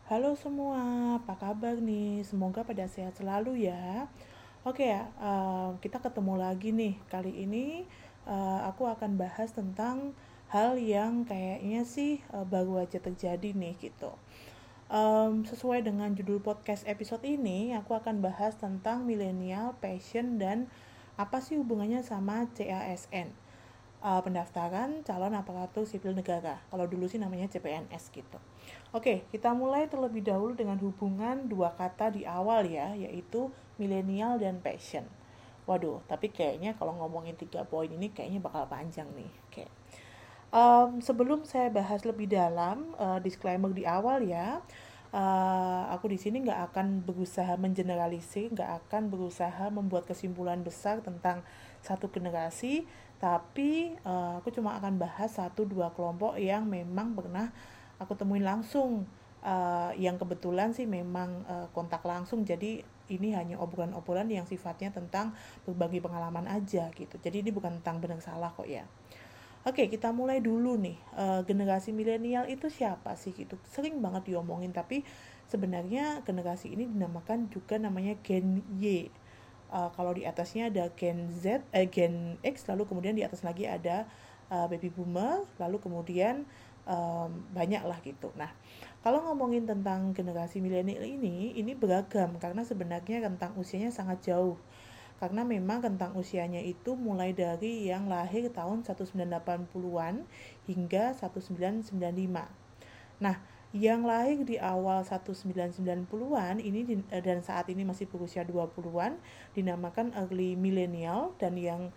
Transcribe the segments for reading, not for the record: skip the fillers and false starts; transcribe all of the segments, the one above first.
Halo semua, apa kabar nih? Semoga pada sehat selalu ya. Oke ya, kita ketemu lagi nih. Kali ini aku akan bahas tentang hal yang kayaknya sih baru aja terjadi nih gitu. Sesuai dengan judul podcast episode ini, aku akan bahas tentang milenial, passion, dan apa sih hubungannya sama CASN, pendaftaran calon aparatur sipil negara. Kalau dulu sih namanya CPNS gitu. Oke, kita mulai terlebih dahulu dengan hubungan dua kata di awal ya, yaitu milenial dan passion. Waduh, tapi kayaknya kalau ngomongin 3 poin ini kayaknya bakal panjang nih. Oke. Sebelum saya bahas lebih dalam, disclaimer di awal ya, aku di sini nggak akan berusaha mengeneralisir, nggak akan berusaha membuat kesimpulan besar tentang satu generasi, tapi aku cuma akan bahas satu dua kelompok yang memang pernah aku temuin langsung, yang kebetulan sih memang kontak langsung, jadi ini hanya obrolan-obrolan yang sifatnya tentang berbagi pengalaman aja gitu. Jadi ini bukan tentang benar salah kok ya. Oke, kita mulai dulu nih. Generasi milenial itu siapa sih gitu? Sering banget diomongin, tapi sebenarnya generasi ini dinamakan juga namanya Gen Y. Kalau di atasnya ada Gen Z, Gen X, lalu kemudian di atas lagi ada Baby Boomer, lalu kemudian banyak lah gitu. Nah, kalau ngomongin tentang generasi milenial ini beragam karena sebenarnya rentang usianya sangat jauh, karena memang rentang usianya itu mulai dari yang lahir tahun 1980-an hingga 1995. Nah, yang lahir di awal 1990-an ini dan saat ini masih berusia 20-an dinamakan early millennial, dan yang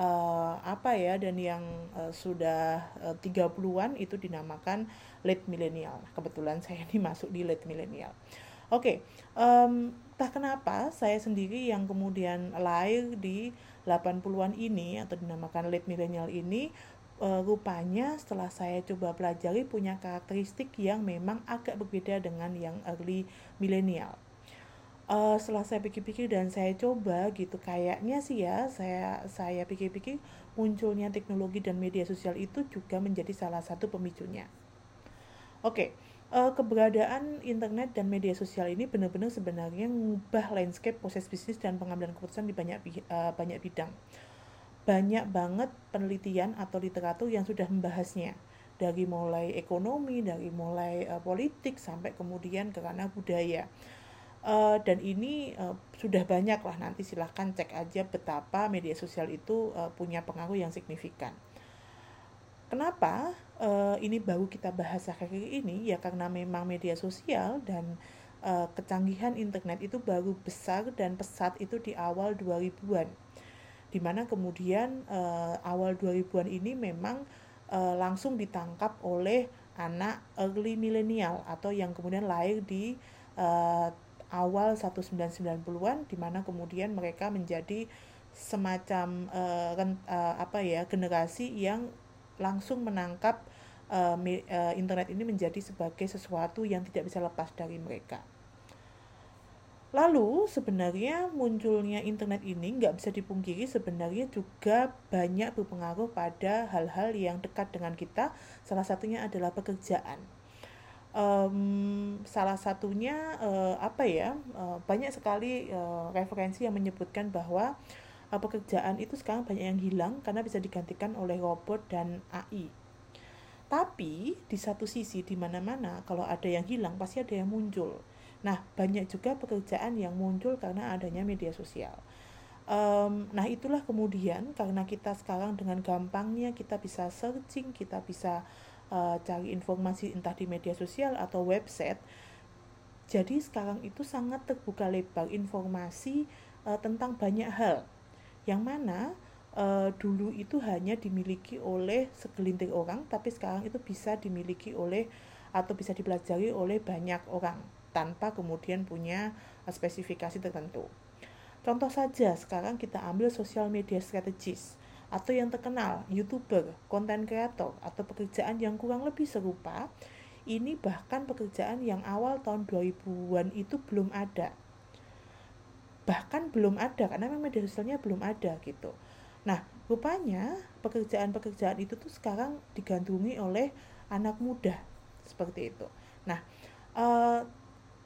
sudah 30-an itu dinamakan late millennial. Kebetulan saya ini masuk di late millennial. Oke, entah kenapa saya sendiri yang kemudian lahir di 80-an ini atau dinamakan late millennial ini, rupanya setelah saya coba pelajari punya karakteristik yang memang agak berbeda dengan yang early millennial. Setelah saya pikir-pikir dan saya coba gitu, kayaknya sih ya, saya pikir-pikir munculnya teknologi dan media sosial itu juga menjadi salah satu pemicunya. Oke, keberadaan internet dan media sosial ini benar-benar sebenarnya mengubah landscape proses bisnis dan pengambilan keputusan di banyak bidang. Banyak banget penelitian atau literatur yang sudah membahasnya. Dari mulai ekonomi, dari mulai politik, sampai kemudian ke ranah budaya. Dan ini sudah banyak lah, nanti silahkan cek aja betapa media sosial itu punya pengaruh yang signifikan. Kenapa ini baru kita bahas akhir-akhir ini? Ya karena memang media sosial dan kecanggihan internet itu baru besar dan pesat itu di awal 2000-an. Dimana kemudian awal 2000-an ini memang langsung ditangkap oleh anak early millennial atau yang kemudian lahir di uh, awal 1990-an, dimana kemudian mereka menjadi semacam generasi yang langsung menangkap internet ini menjadi sebagai sesuatu yang tidak bisa lepas dari mereka. Lalu sebenarnya munculnya internet ini nggak bisa dipungkiri sebenarnya juga banyak berpengaruh pada hal-hal yang dekat dengan kita. Salah satunya adalah pekerjaan. Salah satunya banyak sekali referensi yang menyebutkan bahwa pekerjaan itu sekarang banyak yang hilang karena bisa digantikan oleh robot dan AI. Tapi di satu sisi di mana-mana kalau ada yang hilang pasti ada yang muncul. Nah, banyak juga pekerjaan yang muncul karena adanya media sosial. Nah, itulah kemudian karena kita sekarang dengan gampangnya kita bisa searching, kita bisa cari informasi entah di media sosial atau website. Jadi sekarang itu sangat terbuka lebar informasi tentang banyak hal yang mana dulu itu hanya dimiliki oleh segelintir orang, tapi sekarang itu bisa dimiliki oleh atau bisa dipelajari oleh banyak orang tanpa kemudian punya spesifikasi tertentu. Contoh saja, sekarang kita ambil sosial media strategis atau yang terkenal, YouTuber, konten kreator, atau pekerjaan yang kurang lebih serupa. Ini bahkan pekerjaan yang awal tahun 2000-an itu belum ada. Bahkan belum ada karena memang media sosialnya belum ada gitu. Nah, rupanya pekerjaan-pekerjaan itu tuh sekarang digandrungi oleh anak muda seperti itu. Nah,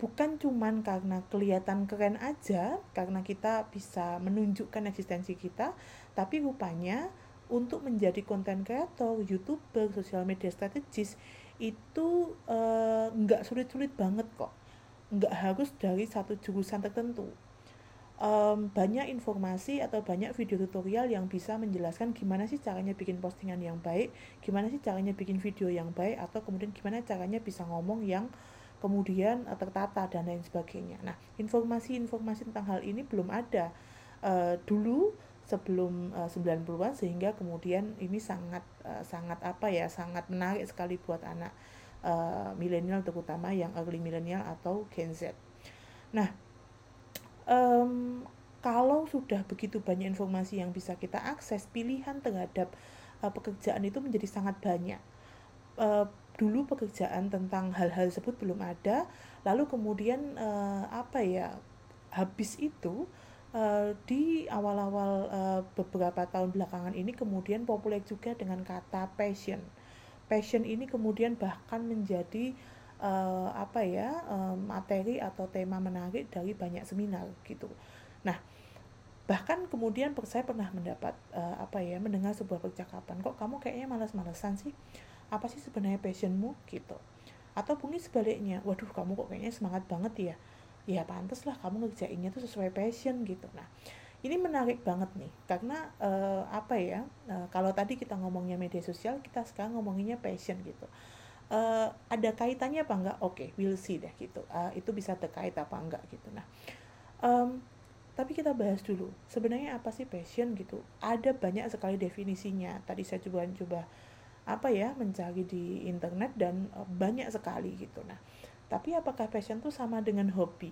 bukan cuman karena kelihatan keren aja, karena kita bisa menunjukkan eksistensi kita, tapi rupanya untuk menjadi content creator, youtuber, social media strategis itu nggak sulit-sulit banget kok, nggak harus dari satu jurusan tertentu. Banyak informasi atau banyak video tutorial yang bisa menjelaskan gimana sih caranya bikin postingan yang baik, gimana sih caranya bikin video yang baik, atau kemudian gimana caranya bisa ngomong yang kemudian tertata dan lain sebagainya. Nah, informasi-informasi tentang hal ini belum ada dulu sebelum 90-an, sehingga kemudian ini sangat sangat menarik sekali buat anak milenial, terutama yang early milenial atau Gen Z. Nah, kalau sudah begitu banyak informasi yang bisa kita akses, pilihan terhadap pekerjaan itu menjadi sangat banyak. Dulu pekerjaan tentang hal-hal tersebut belum ada, lalu kemudian habis itu di awal-awal beberapa tahun belakangan ini kemudian populer juga dengan kata passion. Passion ini kemudian bahkan menjadi materi atau tema menarik dari banyak seminar gitu. Nah, bahkan kemudian saya pernah mendapat mendengar sebuah percakapan, kok kamu kayaknya malas-malesan sih, apa sih sebenarnya passionmu gitu. Atau mungkin sebaliknya, waduh kamu kok kayaknya semangat banget ya pantas lah kamu ngerjainnya tuh sesuai passion gitu. Nah, ini menarik banget nih, karena kalau tadi kita ngomongnya media sosial, kita sekarang ngomonginnya passion gitu. Ada kaitannya apa enggak? Oke, we'll see deh gitu. Itu bisa terkait apa enggak gitu. Nah, tapi kita bahas dulu, sebenarnya apa sih passion gitu? Ada banyak sekali definisinya. Tadi saya coba mencari di internet dan banyak sekali gitu. Nah, tapi apakah passion itu sama dengan hobi?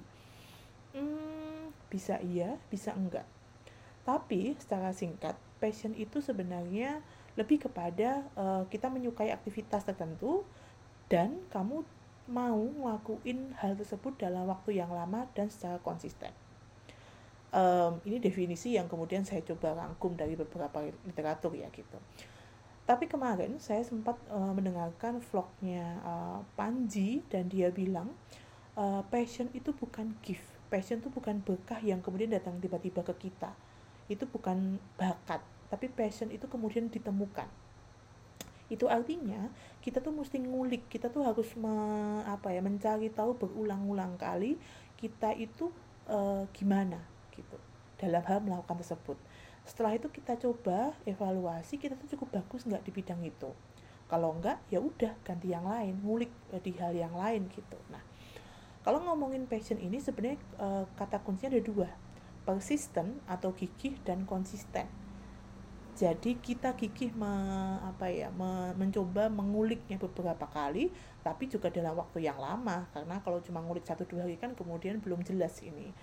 Bisa iya, bisa enggak. Tapi secara singkat, passion itu sebenarnya lebih kepada kita menyukai aktivitas tertentu dan kamu mau ngelakuin hal tersebut dalam waktu yang lama dan secara konsisten. Ini definisi yang kemudian saya coba rangkum dari beberapa literatur ya gitu. Tapi kemarin saya sempat mendengarkan vlognya Panji, dan dia bilang passion itu bukan gift, passion itu bukan berkah yang kemudian datang tiba-tiba ke kita. Itu bukan bakat, tapi passion itu kemudian ditemukan. Itu artinya kita tuh mesti ngulik, kita tuh harus mencari tahu berulang-ulang kali kita itu gimana gitu dalam hal melakukan tersebut. Setelah itu kita coba evaluasi, kita tuh cukup bagus nggak di bidang itu. Kalau enggak, ya udah ganti yang lain, ngulik di hal yang lain gitu. Nah, kalau ngomongin passion ini sebenarnya kata kuncinya ada dua, persisten atau gigih dan konsisten. Jadi kita gigih mencoba menguliknya beberapa kali, tapi juga dalam waktu yang lama, karena kalau cuma ngulik 1-2 hari kan kemudian belum jelas ini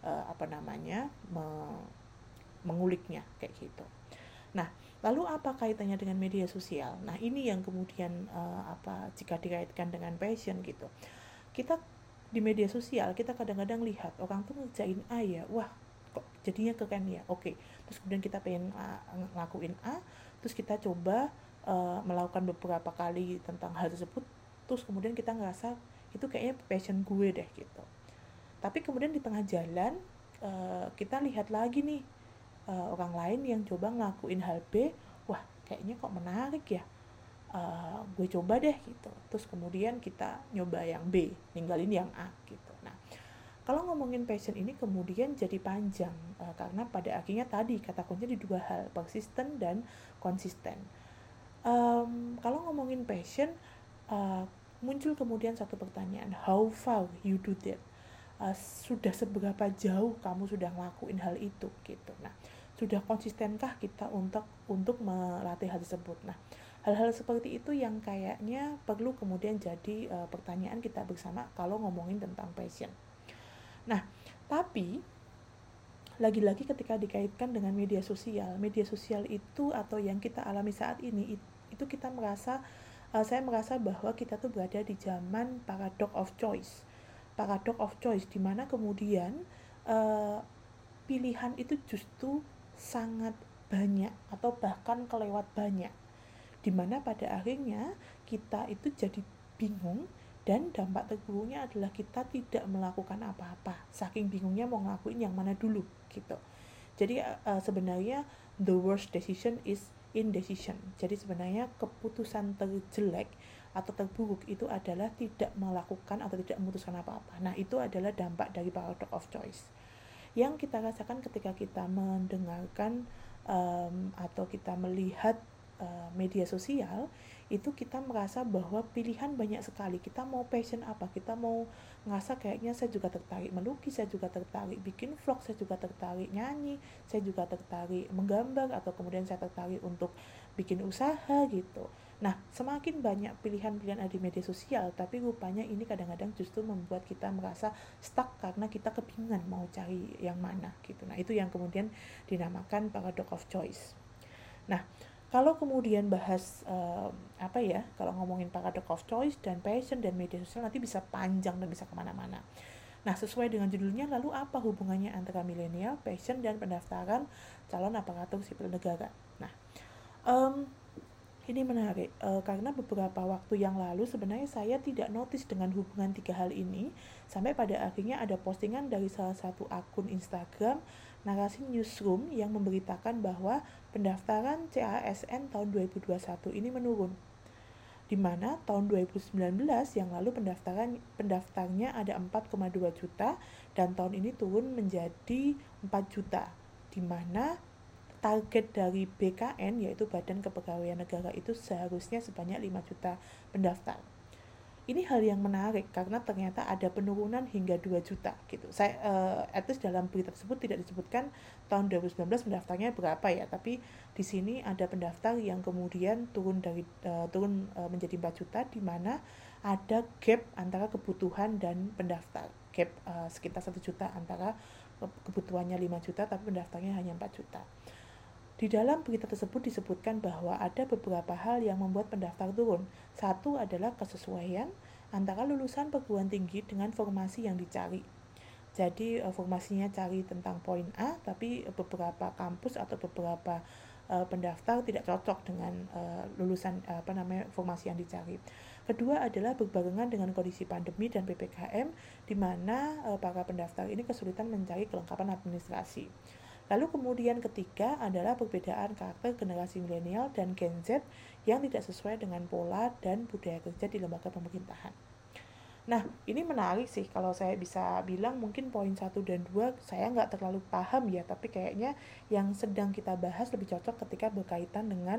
menguliknya kayak gitu. Nah, lalu apa kaitannya dengan media sosial? Nah, ini yang kemudian jika dikaitkan dengan passion gitu. Kita di media sosial kita kadang-kadang lihat orang tuh ngerjain A ya, wah kok jadinya keren ya, oke. Terus kemudian kita pengen ngelakuin A, terus kita coba melakukan beberapa kali tentang hal tersebut, terus kemudian kita ngerasa itu kayaknya passion gue deh gitu. Tapi kemudian di tengah jalan kita lihat lagi nih orang lain yang coba ngelakuin hal B, wah kayaknya kok menarik ya, gue coba deh gitu. Terus kemudian kita nyoba yang B, ninggalin yang A gitu. Nah, kalau ngomongin passion ini kemudian jadi panjang karena pada akhirnya tadi kata kuncinya di dua hal, persisten dan konsisten. Kalau ngomongin passion, muncul kemudian satu pertanyaan, how far you do that? Sudah seberapa jauh kamu sudah ngelakuin hal itu gitu. Nah, sudah konsistenkah kita untuk melatih hal tersebut? Nah, hal-hal seperti itu yang kayaknya perlu kemudian jadi pertanyaan kita bersama kalau ngomongin tentang passion. Nah, tapi lagi-lagi ketika dikaitkan dengan media sosial itu atau yang kita alami saat ini itu kita saya merasa bahwa kita tuh berada di zaman paradox of choice, di mana kemudian pilihan itu justru sangat banyak atau bahkan kelewat banyak, di mana pada akhirnya kita itu jadi bingung Dan dampak terburuknya adalah kita tidak melakukan apa-apa, saking bingungnya mau ngelakuin yang mana dulu gitu. Jadi sebenarnya the worst decision is indecision. Jadi sebenarnya keputusan terjelek atau terburuk itu adalah tidak melakukan atau tidak memutuskan apa-apa. Nah, itu adalah dampak dari paradox of choice yang kita rasakan ketika kita mendengarkan atau kita melihat media sosial. Itu kita merasa bahwa pilihan banyak sekali. Kita mau passion apa, kita mau ngerasa kayaknya saya juga tertarik melukis, saya juga tertarik bikin vlog, saya juga tertarik nyanyi, saya juga tertarik menggambar, atau kemudian saya tertarik untuk bikin usaha gitu. Nah, semakin banyak pilihan-pilihan ada di media sosial, tapi rupanya ini kadang-kadang justru membuat kita merasa stuck karena kita kebingungan mau cari yang mana gitu. Nah, itu yang kemudian dinamakan paradox of choice. Nah, kalau kemudian bahas kalau ngomongin paradox of choice dan passion dan media sosial nanti bisa panjang dan bisa kemana-mana. Nah, sesuai dengan judulnya, lalu apa hubungannya antara milenial, passion, dan pendaftaran calon aparatur sipil negara? Nah, ini menarik karena beberapa waktu yang lalu sebenarnya saya tidak notice dengan hubungan tiga hal ini, sampai pada akhirnya ada postingan dari salah satu akun Instagram Narasi Newsroom yang memberitakan bahwa pendaftaran CASN tahun 2021 ini menurun, di mana tahun 2019 yang lalu pendaftarnya ada 4,2 juta dan tahun ini turun menjadi 4 juta, di mana target dari BKN yaitu Badan Kepegawaian Negara itu seharusnya sebanyak 5 juta pendaftar. Ini hal yang menarik karena ternyata ada penurunan hingga 2 juta gitu. Saya at least dalam berita tersebut tidak disebutkan tahun 2019 pendaftarnya berapa ya, tapi di sini ada pendaftar yang kemudian turun menjadi 4 juta, di mana ada gap antara kebutuhan dan pendaftar. Gap sekitar 1 juta antara kebutuhannya 5 juta tapi pendaftarnya hanya 4 juta. Di dalam berita tersebut disebutkan bahwa ada beberapa hal yang membuat pendaftar turun. Satu adalah kesesuaian antara lulusan perguruan tinggi dengan formasi yang dicari. Jadi formasinya cari tentang poin A, tapi beberapa kampus atau beberapa pendaftar tidak cocok dengan lulusan formasi yang dicari. Kedua adalah berbarengan dengan kondisi pandemi dan PPKM, di mana para pendaftar ini kesulitan mencari kelengkapan administrasi. Lalu kemudian ketiga adalah perbedaan karakter generasi milenial dan Gen Z yang tidak sesuai dengan pola dan budaya kerja di lembaga pemerintahan. Nah, ini menarik sih, kalau saya bisa bilang mungkin poin 1 dan 2 saya nggak terlalu paham ya, tapi kayaknya yang sedang kita bahas lebih cocok ketika berkaitan dengan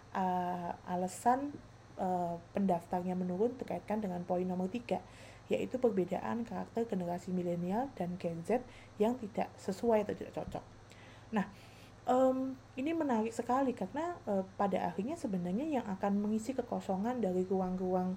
alasan pendaftarnya menurun terkaitkan dengan poin nomor 3, yaitu perbedaan karakter generasi milenial dan Gen Z yang tidak sesuai atau tidak cocok. Nah, ini menarik sekali karena pada akhirnya sebenarnya yang akan mengisi kekosongan dari ruang-ruang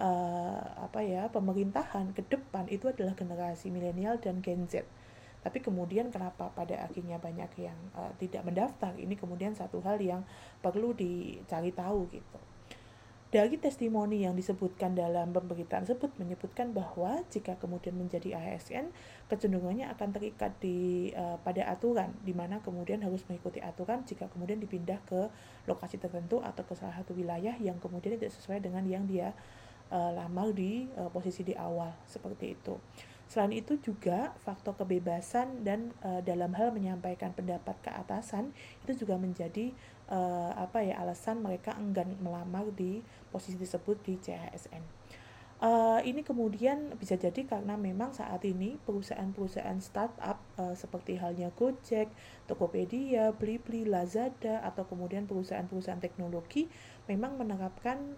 pemerintahan ke depan itu adalah generasi milenial dan Gen Z. Tapi kemudian kenapa pada akhirnya banyak yang tidak mendaftar? Ini kemudian satu hal yang perlu dicari tahu gitu. Dari testimoni yang disebutkan dalam pemberitaan tersebut menyebutkan bahwa jika kemudian menjadi ASN, kecenderungannya akan terikat pada aturan, di mana kemudian harus mengikuti aturan jika kemudian dipindah ke lokasi tertentu atau ke salah satu wilayah yang kemudian tidak sesuai dengan yang dia lamar di posisi di awal, seperti itu. Selain itu juga faktor kebebasan dan dalam hal menyampaikan pendapat ke atasan itu juga menjadi alasan mereka enggan melamar di posisi tersebut di CASN. Ini kemudian bisa jadi karena memang saat ini perusahaan-perusahaan startup seperti halnya Gojek, Tokopedia, Blibli, Lazada, atau kemudian perusahaan-perusahaan teknologi memang menerapkan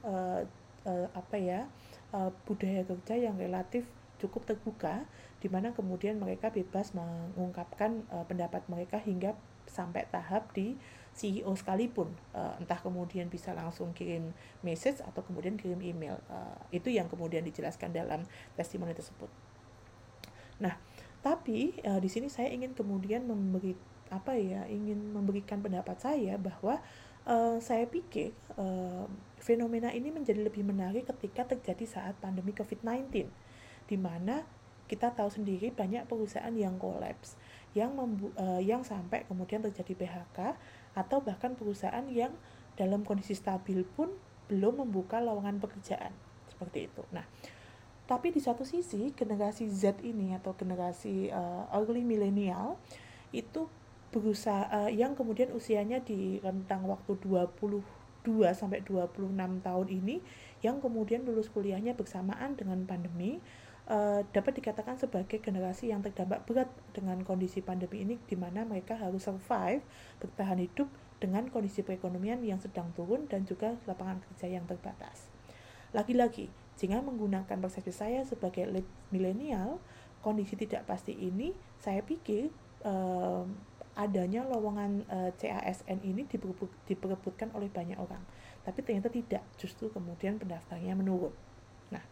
budaya kerja yang relatif cukup terbuka, di mana kemudian mereka bebas mengungkapkan pendapat mereka hingga sampai tahap di CEO sekalipun, entah kemudian bisa langsung kirim message atau kemudian kirim email. Itu yang kemudian dijelaskan dalam testimoni tersebut. Nah, tapi di sini saya ingin kemudian ingin memberikan pendapat saya bahwa saya pikir fenomena ini menjadi lebih menarik ketika terjadi saat pandemi COVID-19, di mana kita tahu sendiri banyak perusahaan yang kolaps, yang sampai kemudian terjadi PHK, atau bahkan perusahaan yang dalam kondisi stabil pun belum membuka lowongan pekerjaan, seperti itu. Nah, Tapi di satu sisi generasi Z ini atau generasi early millennial itu berusaha yang kemudian usianya di rentang waktu 22 sampai 26 tahun ini, yang kemudian lulus kuliahnya bersamaan dengan pandemi, dapat dikatakan sebagai generasi yang terdampak berat dengan kondisi pandemi ini, di mana mereka harus survive, bertahan hidup dengan kondisi perekonomian yang sedang turun dan juga lapangan kerja yang terbatas. Lagi-lagi, jika menggunakan persepsi saya sebagai late milenial, kondisi tidak pasti ini, saya pikir adanya lowongan CASN ini diperebutkan oleh banyak orang. Tapi ternyata tidak, justru kemudian pendaftarnya menurun. Nah,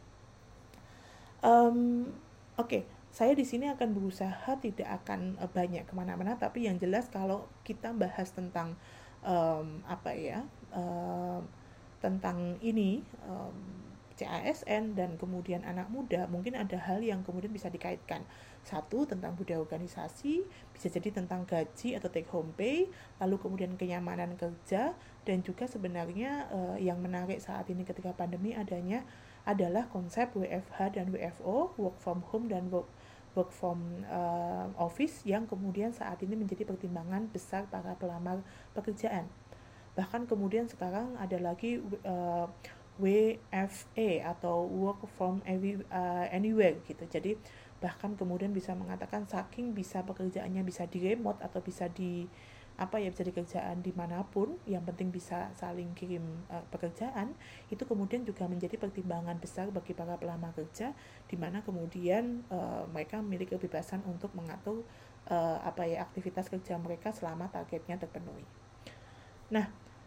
oke, saya di sini akan berusaha tidak akan banyak kemana-mana, tapi yang jelas kalau kita bahas tentang tentang ini, CASN dan kemudian anak muda, mungkin ada hal yang kemudian bisa dikaitkan. Satu, tentang budaya organisasi, bisa jadi tentang gaji atau take home pay, lalu kemudian kenyamanan kerja, dan juga sebenarnya yang menarik saat ini ketika pandemi adalah konsep WFH dan WFO, work from home dan work from office, yang kemudian saat ini menjadi pertimbangan besar para pelamar pekerjaan. Bahkan kemudian sekarang ada lagi WFA atau work from anywhere gitu. Jadi bahkan kemudian bisa mengatakan saking bisa pekerjaannya bisa di remote atau bisa bisa di kerjaan dimanapun, yang penting bisa saling kirim pekerjaan, itu kemudian juga menjadi pertimbangan besar bagi para pelamar kerja, di mana kemudian mereka memiliki kebebasan untuk mengatur aktivitas kerja mereka selama targetnya terpenuhi. Nah,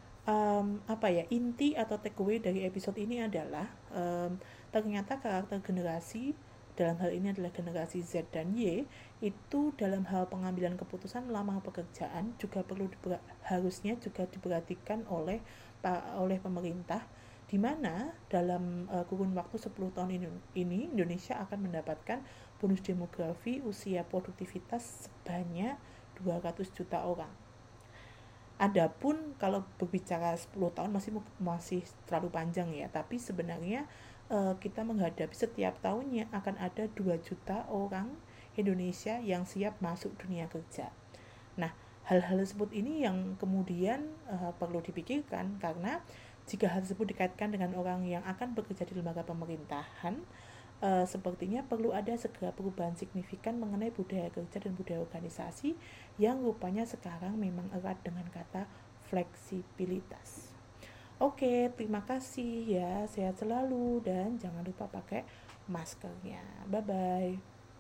inti atau takeaway dari episode ini adalah ternyata karakter generasi, dalam hal ini adalah generasi Z dan Y, itu dalam hal pengambilan keputusan melamar pekerjaan juga harusnya juga diperhatikan oleh pemerintah, di mana dalam kurun waktu 10 tahun ini Indonesia akan mendapatkan bonus demografi usia produktivitas sebanyak 200 juta orang. Adapun kalau berbicara 10 tahun masih terlalu panjang ya, tapi sebenarnya kita menghadapi setiap tahunnya akan ada 2 juta orang Indonesia yang siap masuk dunia kerja. Nah, hal-hal tersebut ini yang kemudian perlu dipikirkan, karena jika hal tersebut dikaitkan dengan orang yang akan bekerja di lembaga pemerintahan, sepertinya perlu ada segera perubahan signifikan mengenai budaya kerja dan budaya organisasi yang rupanya sekarang memang erat dengan kata fleksibilitas. Oke, terima kasih ya, sehat selalu dan jangan lupa pakai maskernya. Bye-bye.